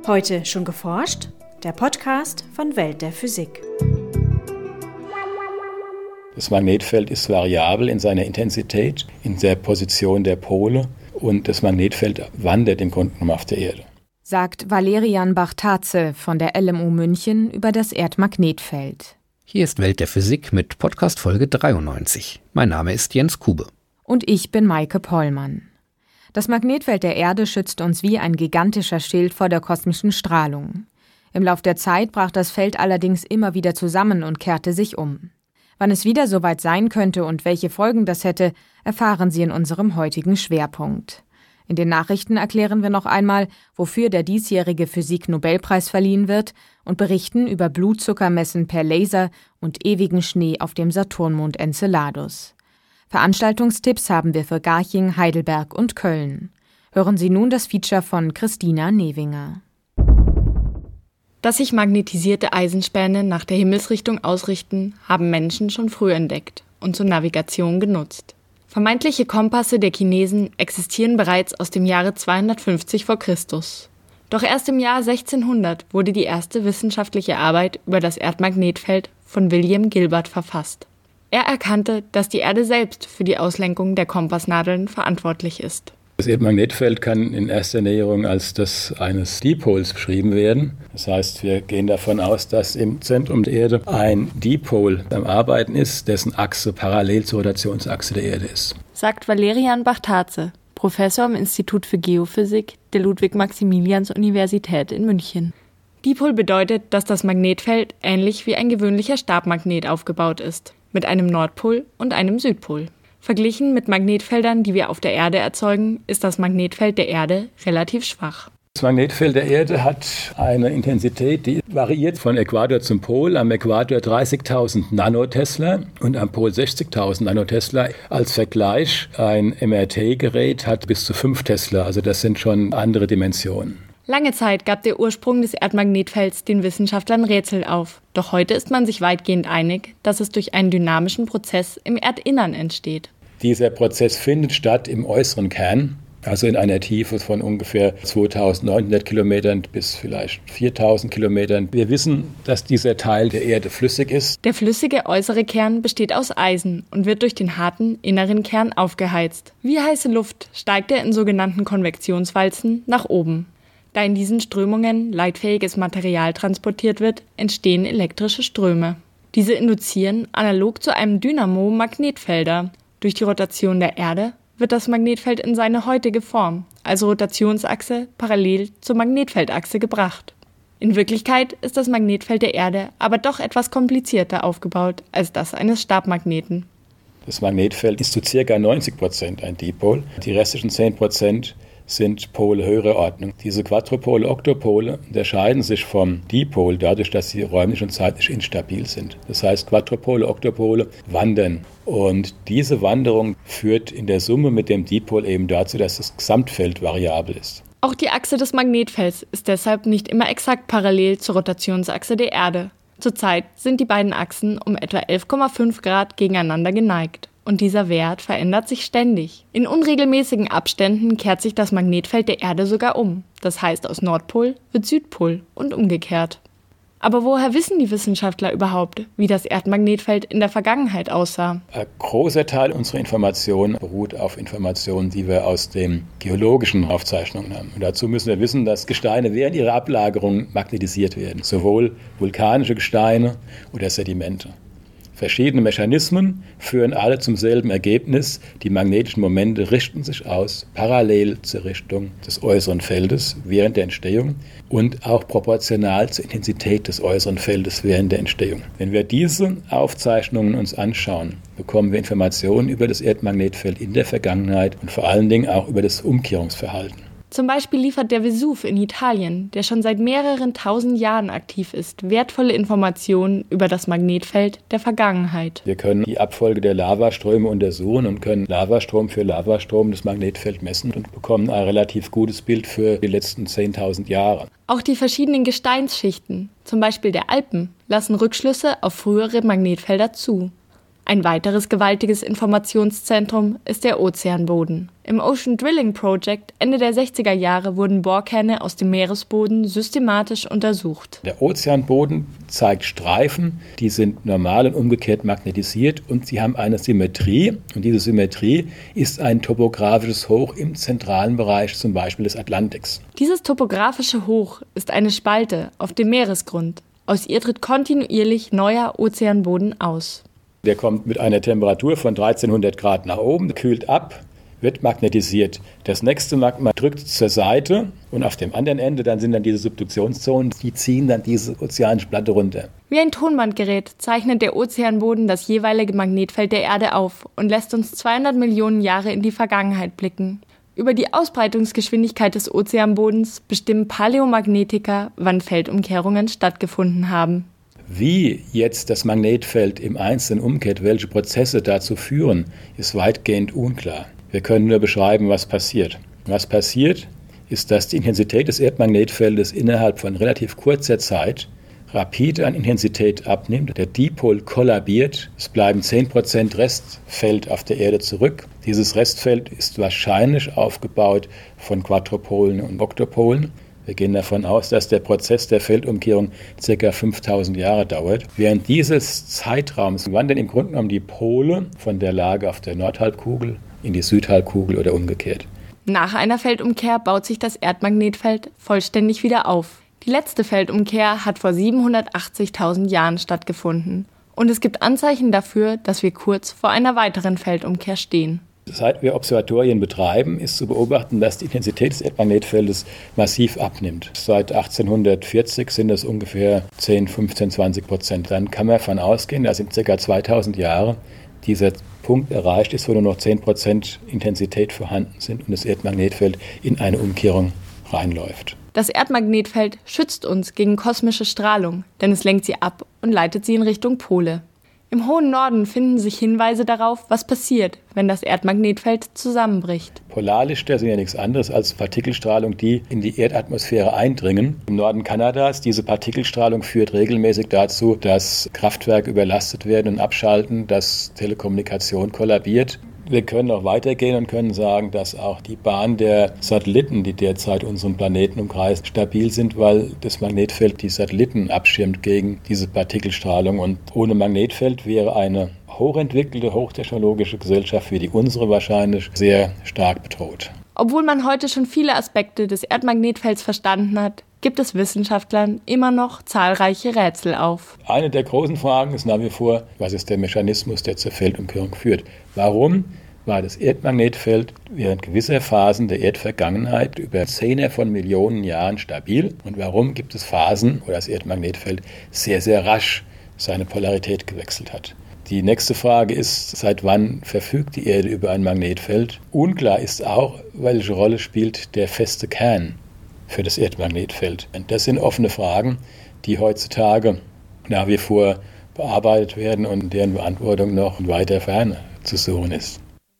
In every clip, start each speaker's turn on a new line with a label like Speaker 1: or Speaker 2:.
Speaker 1: Heute schon geforscht? Der Podcast von Welt der Physik.
Speaker 2: Das Magnetfeld ist variabel in seiner Intensität, in der Position der Pole und das Magnetfeld wandert im Grunde genommen auf der Erde.
Speaker 3: Sagt Valerian Barthatze von der LMU München über das Erdmagnetfeld.
Speaker 4: Hier ist Welt der Physik mit Podcast Folge 93. Mein Name ist Jens Kube.
Speaker 3: Und ich bin Maike Pollmann. Das Magnetfeld der Erde schützt uns wie ein gigantischer Schild vor der kosmischen Strahlung. Im Lauf der Zeit brach das Feld allerdings immer wieder zusammen und kehrte sich um. Wann es wieder soweit sein könnte und welche Folgen das hätte, erfahren Sie in unserem heutigen Schwerpunkt. In den Nachrichten erklären wir noch einmal, wofür der diesjährige Physik-Nobelpreis verliehen wird und berichten über Blutzuckermessen per Laser und ewigen Schnee auf dem Saturnmond Enceladus. Veranstaltungstipps haben wir für Garching, Heidelberg und Köln. Hören Sie nun das Feature von Christina Newinger.
Speaker 5: Dass sich magnetisierte Eisenspäne nach der Himmelsrichtung ausrichten, haben Menschen schon früh entdeckt und zur Navigation genutzt. Vermeintliche Kompasse der Chinesen existieren bereits aus dem Jahre 250 v. Chr. Doch erst im Jahr 1600 wurde die erste wissenschaftliche Arbeit über das Erdmagnetfeld von William Gilbert verfasst. Er erkannte, dass die Erde selbst für die Auslenkung der Kompassnadeln verantwortlich ist.
Speaker 2: Das Erdmagnetfeld kann in erster Näherung als das eines Dipols beschrieben werden. Das heißt, wir gehen davon aus, dass im Zentrum der Erde ein Dipol am Arbeiten ist, dessen Achse parallel zur Rotationsachse der Erde ist.
Speaker 5: Sagt Valerian Barthatze, Professor am Institut für Geophysik der Ludwig-Maximilians-Universität in München. Dipol bedeutet, dass das Magnetfeld ähnlich wie ein gewöhnlicher Stabmagnet aufgebaut ist, mit einem Nordpol und einem Südpol. Verglichen mit Magnetfeldern, die wir auf der Erde erzeugen, ist das Magnetfeld der Erde relativ schwach.
Speaker 2: Das Magnetfeld der Erde hat eine Intensität, die variiert von Äquator zum Pol. Am Äquator 30.000 Nanotesla und am Pol 60.000 Nanotesla. Als Vergleich, ein MRT-Gerät hat bis zu 5 Tesla, also das sind schon andere Dimensionen.
Speaker 5: Lange Zeit gab der Ursprung des Erdmagnetfelds den Wissenschaftlern Rätsel auf. Doch heute ist man sich weitgehend einig, dass es durch einen dynamischen Prozess im Erdinnern entsteht.
Speaker 2: Dieser Prozess findet statt im äußeren Kern, also in einer Tiefe von ungefähr 2900 Kilometern bis vielleicht 4000 Kilometern. Wir wissen, dass dieser Teil der Erde flüssig ist.
Speaker 5: Der flüssige äußere Kern besteht aus Eisen und wird durch den harten inneren Kern aufgeheizt. Wie heiße Luft steigt er in sogenannten Konvektionswalzen nach oben. Da in diesen Strömungen leitfähiges Material transportiert wird, entstehen elektrische Ströme. Diese induzieren, analog zu einem Dynamo, Magnetfelder. Durch die Rotation der Erde wird das Magnetfeld in seine heutige Form, also Rotationsachse, parallel zur Magnetfeldachse gebracht. In Wirklichkeit ist das Magnetfeld der Erde aber doch etwas komplizierter aufgebaut als das eines Stabmagneten.
Speaker 2: Das Magnetfeld ist zu ca. 90% ein Dipol. Die restlichen 10% sind Pole höherer Ordnung. Diese Quadrupole, Oktopole unterscheiden sich vom Dipol dadurch, dass sie räumlich und zeitlich instabil sind. Das heißt, Quadrupole, Oktopole wandern. Und diese Wanderung führt in der Summe mit dem Dipol eben dazu, dass das Gesamtfeld variabel ist.
Speaker 5: Auch die Achse des Magnetfelds ist deshalb nicht immer exakt parallel zur Rotationsachse der Erde. Zurzeit sind die beiden Achsen um etwa 11,5 Grad gegeneinander geneigt. Und dieser Wert verändert sich ständig. In unregelmäßigen Abständen kehrt sich das Magnetfeld der Erde sogar um. Das heißt, aus Nordpol wird Südpol und umgekehrt. Aber woher wissen die Wissenschaftler überhaupt, wie das Erdmagnetfeld in der Vergangenheit aussah?
Speaker 2: Ein großer Teil unserer Informationen beruht auf Informationen, die wir aus den geologischen Aufzeichnungen haben. Und dazu müssen wir wissen, dass Gesteine während ihrer Ablagerung magnetisiert werden. Sowohl vulkanische Gesteine oder Sedimente. Verschiedene Mechanismen führen alle zum selben Ergebnis. Die magnetischen Momente richten sich aus, parallel zur Richtung des äußeren Feldes während der Entstehung und auch proportional zur Intensität des äußeren Feldes während der Entstehung. Wenn wir diese Aufzeichnungen uns anschauen, bekommen wir Informationen über das Erdmagnetfeld in der Vergangenheit und vor allen Dingen auch über das Umkehrungsverhalten.
Speaker 5: Zum Beispiel liefert der Vesuv in Italien, der schon seit mehreren tausend Jahren aktiv ist, wertvolle Informationen über das Magnetfeld der Vergangenheit.
Speaker 2: Wir können die Abfolge der Lavaströme untersuchen und können Lavastrom für Lavastrom das Magnetfeld messen und bekommen ein relativ gutes Bild für die letzten 10.000 Jahre.
Speaker 5: Auch die verschiedenen Gesteinsschichten, zum Beispiel der Alpen, lassen Rückschlüsse auf frühere Magnetfelder zu. Ein weiteres gewaltiges Informationszentrum ist der Ozeanboden. Im Ocean Drilling Project Ende der 60er Jahre wurden Bohrkerne aus dem Meeresboden systematisch untersucht.
Speaker 2: Der Ozeanboden zeigt Streifen, die sind normal und umgekehrt magnetisiert und sie haben eine Symmetrie. Und diese Symmetrie ist ein topografisches Hoch im zentralen Bereich, zum Beispiel des Atlantiks.
Speaker 5: Dieses topografische Hoch ist eine Spalte auf dem Meeresgrund. Aus ihr tritt kontinuierlich neuer Ozeanboden aus.
Speaker 2: Der kommt mit einer Temperatur von 1300 Grad nach oben, kühlt ab, wird magnetisiert. Das nächste Magma drückt zur Seite und auf dem anderen Ende sind dann diese Subduktionszonen, die ziehen dann diese ozeanische Platte runter.
Speaker 5: Wie ein Tonbandgerät zeichnet der Ozeanboden das jeweilige Magnetfeld der Erde auf und lässt uns 200 Millionen Jahre in die Vergangenheit blicken. Über die Ausbreitungsgeschwindigkeit des Ozeanbodens bestimmen Paläomagnetiker, wann Feldumkehrungen stattgefunden haben.
Speaker 2: Wie jetzt das Magnetfeld im Einzelnen umkehrt, welche Prozesse dazu führen, ist weitgehend unklar. Wir können nur beschreiben, was passiert. Was passiert, ist, dass die Intensität des Erdmagnetfeldes innerhalb von relativ kurzer Zeit rapide an Intensität abnimmt. Der Dipol kollabiert, es bleiben 10% Restfeld auf der Erde zurück. Dieses Restfeld ist wahrscheinlich aufgebaut von Quadrupolen und Oktopolen. Wir gehen davon aus, dass der Prozess der Feldumkehrung ca. 5000 Jahre dauert. Während dieses Zeitraums wandern im Grunde genommen die Pole von der Lage auf der Nordhalbkugel in die Südhalbkugel oder umgekehrt.
Speaker 5: Nach einer Feldumkehr baut sich das Erdmagnetfeld vollständig wieder auf. Die letzte Feldumkehr hat vor 780.000 Jahren stattgefunden. Und es gibt Anzeichen dafür, dass wir kurz vor einer weiteren Feldumkehr stehen.
Speaker 2: Seit wir Observatorien betreiben, ist zu beobachten, dass die Intensität des Erdmagnetfeldes massiv abnimmt. Seit 1840 sind es ungefähr 10, 15, 20%. Dann kann man davon ausgehen, dass in ca. 2000 Jahren dieser Punkt erreicht ist, wo nur noch 10% Intensität vorhanden sind und das Erdmagnetfeld in eine Umkehrung reinläuft.
Speaker 5: Das Erdmagnetfeld schützt uns gegen kosmische Strahlung, denn es lenkt sie ab und leitet sie in Richtung Pole. Im hohen Norden finden sich Hinweise darauf, was passiert, wenn das Erdmagnetfeld zusammenbricht.
Speaker 2: Polarlichter sind ja nichts anderes als Partikelstrahlung, die in die Erdatmosphäre eindringen. Im Norden Kanadas, diese Partikelstrahlung führt regelmäßig dazu, dass Kraftwerke überlastet werden und abschalten, dass Telekommunikation kollabiert. Wir können auch weitergehen und können sagen, dass auch die Bahn der Satelliten, die derzeit unseren Planeten umkreisen, stabil sind, weil das Magnetfeld die Satelliten abschirmt gegen diese Partikelstrahlung. Und ohne Magnetfeld wäre eine hochentwickelte, hochtechnologische Gesellschaft wie die unsere wahrscheinlich sehr stark bedroht.
Speaker 5: Obwohl man heute schon viele Aspekte des Erdmagnetfelds verstanden hat, gibt es Wissenschaftlern immer noch zahlreiche Rätsel auf.
Speaker 2: Eine der großen Fragen ist nach wie vor, was ist der Mechanismus, der zur Feldumkehrung führt? Warum war das Erdmagnetfeld während gewisser Phasen der Erdvergangenheit über Zehner von Millionen Jahren stabil? Und warum gibt es Phasen, wo das Erdmagnetfeld sehr, sehr rasch seine Polarität gewechselt hat? Die nächste Frage ist, seit wann verfügt die Erde über ein Magnetfeld? Unklar ist auch, welche Rolle spielt der feste Kern für das Erdmagnetfeld. Und das sind offene Fragen, die heutzutage nach wie vor bearbeitet werden und deren Beantwortung noch in weiter Ferne zu suchen ist.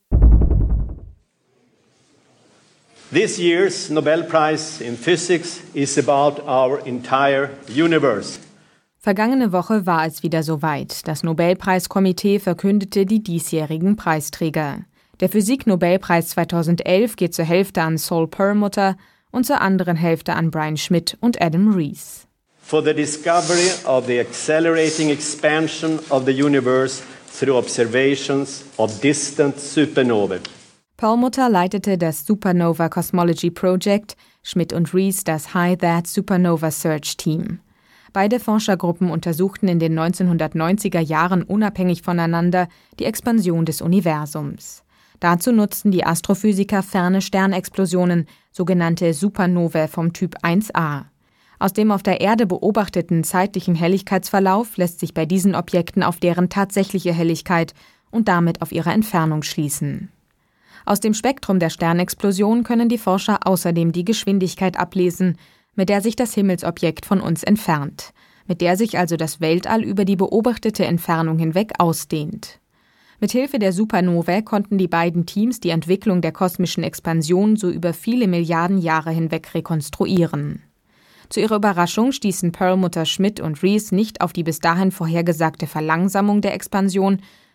Speaker 6: This year's Nobel Prize in Physics is about our entire universe.
Speaker 3: Vergangene Woche war es wieder soweit. Das Nobelpreiskomitee verkündete die diesjährigen Preisträger. Der Physik-Nobelpreis 2011 geht zur Hälfte an Saul Perlmutter und zur anderen Hälfte an Brian Schmidt und Adam Rees.
Speaker 6: For the discovery of the accelerating expansion of the universe through observations of distant supernovae.
Speaker 3: Perlmutter leitete das Supernova Cosmology Project, Schmidt und Rees das High That Supernova Search Team. Beide Forschergruppen untersuchten in den 1990er Jahren unabhängig voneinander die Expansion des Universums. Dazu nutzten die Astrophysiker ferne Sternexplosionen, sogenannte Supernovae vom Typ 1a. Aus dem auf der Erde beobachteten zeitlichen Helligkeitsverlauf lässt sich bei diesen Objekten auf deren tatsächliche Helligkeit und damit auf ihre Entfernung schließen. Aus dem Spektrum der Sternexplosion können die Forscher außerdem die Geschwindigkeit ablesen, mit der sich das Himmelsobjekt von uns entfernt, mit der sich also das Weltall über die beobachtete Entfernung hinweg ausdehnt. Mithilfe der Supernovae konnten die beiden Teams die Entwicklung der kosmischen Expansion so über viele Milliarden Jahre hinweg rekonstruieren. Zu ihrer Überraschung stießen Perlmutter, Schmidt und Rees nicht auf die bis dahin vorhergesagte Verlangsamung der Expansion,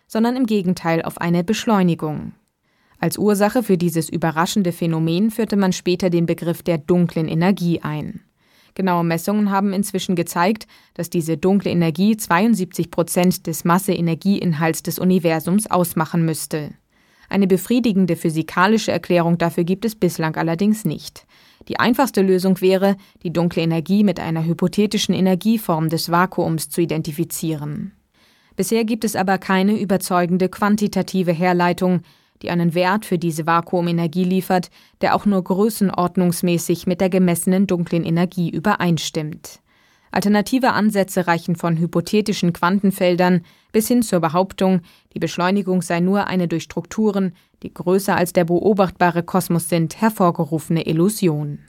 Speaker 3: sondern im Gegenteil auf eine Beschleunigung. Als Ursache für dieses überraschende Phänomen führte man später den Begriff der dunklen Energie ein. Genaue Messungen haben inzwischen gezeigt, dass diese dunkle Energie 72% des Masse-Energie-Inhalts des Universums ausmachen müsste. Eine befriedigende physikalische Erklärung dafür gibt es bislang allerdings nicht. Die einfachste Lösung wäre, die dunkle Energie mit einer hypothetischen Energieform des Vakuums zu identifizieren. Bisher gibt es aber keine überzeugende quantitative Herleitung, die einen Wert für diese Vakuumenergie liefert, der auch nur größenordnungsmäßig mit der gemessenen dunklen Energie übereinstimmt. Alternative Ansätze reichen von hypothetischen Quantenfeldern bis hin zur Behauptung, die Beschleunigung sei nur eine durch Strukturen, die größer als der beobachtbare Kosmos sind, hervorgerufene Illusion.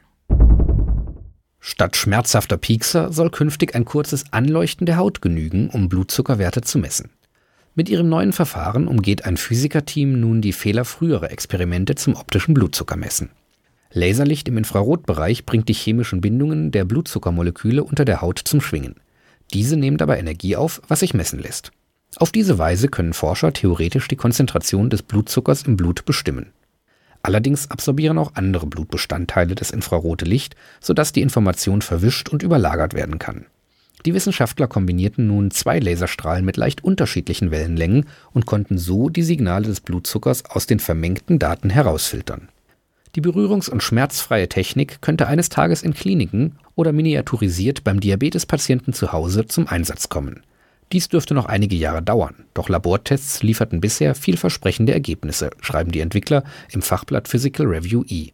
Speaker 4: Statt schmerzhafter Piekser soll künftig ein kurzes Anleuchten der Haut genügen, um Blutzuckerwerte zu messen. Mit ihrem neuen Verfahren umgeht ein Physikerteam nun die Fehler früherer Experimente zum optischen Blutzuckermessen. Laserlicht im Infrarotbereich bringt die chemischen Bindungen der Blutzuckermoleküle unter der Haut zum Schwingen. Diese nehmen dabei Energie auf, was sich messen lässt. Auf diese Weise können Forscher theoretisch die Konzentration des Blutzuckers im Blut bestimmen. Allerdings absorbieren auch andere Blutbestandteile das infrarote Licht, sodass die Information verwischt und überlagert werden kann. Die Wissenschaftler kombinierten nun 2 Laserstrahlen mit leicht unterschiedlichen Wellenlängen und konnten so die Signale des Blutzuckers aus den vermengten Daten herausfiltern. Die berührungs- und schmerzfreie Technik könnte eines Tages in Kliniken oder miniaturisiert beim Diabetespatienten zu Hause zum Einsatz kommen. Dies dürfte noch einige Jahre dauern, doch Labortests lieferten bisher vielversprechende Ergebnisse, schreiben die Entwickler im Fachblatt Physical Review E.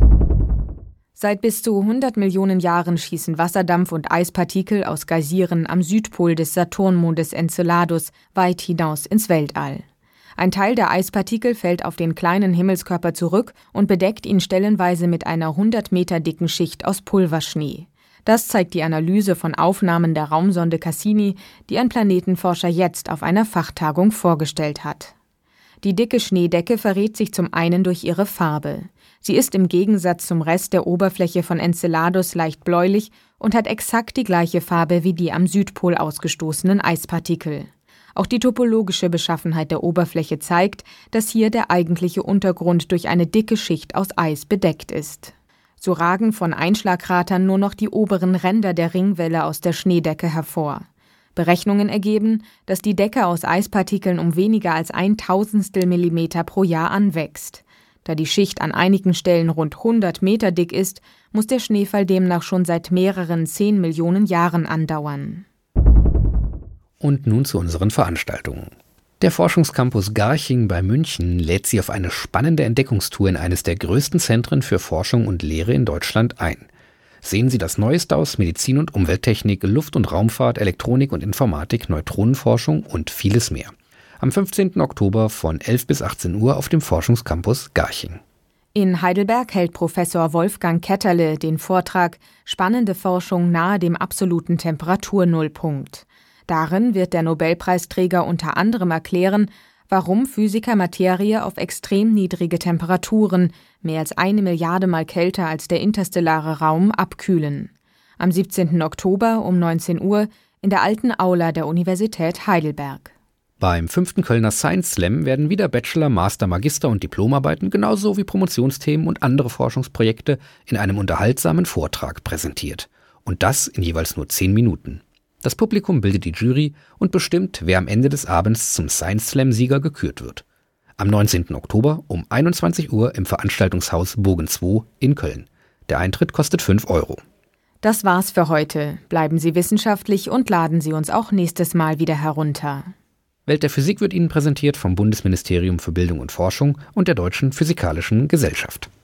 Speaker 3: Seit bis zu 100 Millionen Jahren schießen Wasserdampf und Eispartikel aus Geysiren am Südpol des Saturnmondes Enceladus weit hinaus ins Weltall. Ein Teil der Eispartikel fällt auf den kleinen Himmelskörper zurück und bedeckt ihn stellenweise mit einer 100 Meter dicken Schicht aus Pulverschnee. Das zeigt die Analyse von Aufnahmen der Raumsonde Cassini, die ein Planetenforscher jetzt auf einer Fachtagung vorgestellt hat. Die dicke Schneedecke verrät sich zum einen durch ihre Farbe. Sie ist im Gegensatz zum Rest der Oberfläche von Enceladus leicht bläulich und hat exakt die gleiche Farbe wie die am Südpol ausgestoßenen Eispartikel. Auch die topologische Beschaffenheit der Oberfläche zeigt, dass hier der eigentliche Untergrund durch eine dicke Schicht aus Eis bedeckt ist. So ragen von Einschlagkratern nur noch die oberen Ränder der Ringwelle aus der Schneedecke hervor. Berechnungen ergeben, dass die Decke aus Eispartikeln um weniger als 1/1000 Millimeter pro Jahr anwächst. Da die Schicht an einigen Stellen rund 100 Meter dick ist, muss der Schneefall demnach schon seit mehreren 10 Millionen Jahren andauern.
Speaker 4: Und nun zu unseren Veranstaltungen. Der Forschungscampus Garching bei München lädt Sie auf eine spannende Entdeckungstour in eines der größten Zentren für Forschung und Lehre in Deutschland ein. Sehen Sie das Neueste aus Medizin und Umwelttechnik, Luft- und Raumfahrt, Elektronik und Informatik, Neutronenforschung und vieles mehr. Am 15. Oktober von 11 bis 18 Uhr auf dem Forschungscampus Garching.
Speaker 3: In Heidelberg hält Professor Wolfgang Ketterle den Vortrag »Spannende Forschung nahe dem absoluten Temperaturnullpunkt«. Darin wird der Nobelpreisträger unter anderem erklären, warum Physiker Materie auf extrem niedrige Temperaturen, mehr als 1 Milliarde Mal kälter als der interstellare Raum, abkühlen. Am 17. Oktober um 19 Uhr in der alten Aula der Universität Heidelberg.
Speaker 4: Beim 5. Kölner Science Slam werden wieder Bachelor-, Master-, Magister- und Diplomarbeiten genauso wie Promotionsthemen und andere Forschungsprojekte in einem unterhaltsamen Vortrag präsentiert. Und das in jeweils nur 10 Minuten. Das Publikum bildet die Jury und bestimmt, wer am Ende des Abends zum Science Slam-Sieger gekürt wird. Am 19. Oktober um 21 Uhr im Veranstaltungshaus Bogen 2 in Köln. Der Eintritt kostet 5 €.
Speaker 3: Das war's für heute. Bleiben Sie wissenschaftlich und laden Sie uns auch nächstes Mal wieder herunter.
Speaker 4: Welt der Physik wird Ihnen präsentiert vom Bundesministerium für Bildung und Forschung und der Deutschen Physikalischen Gesellschaft.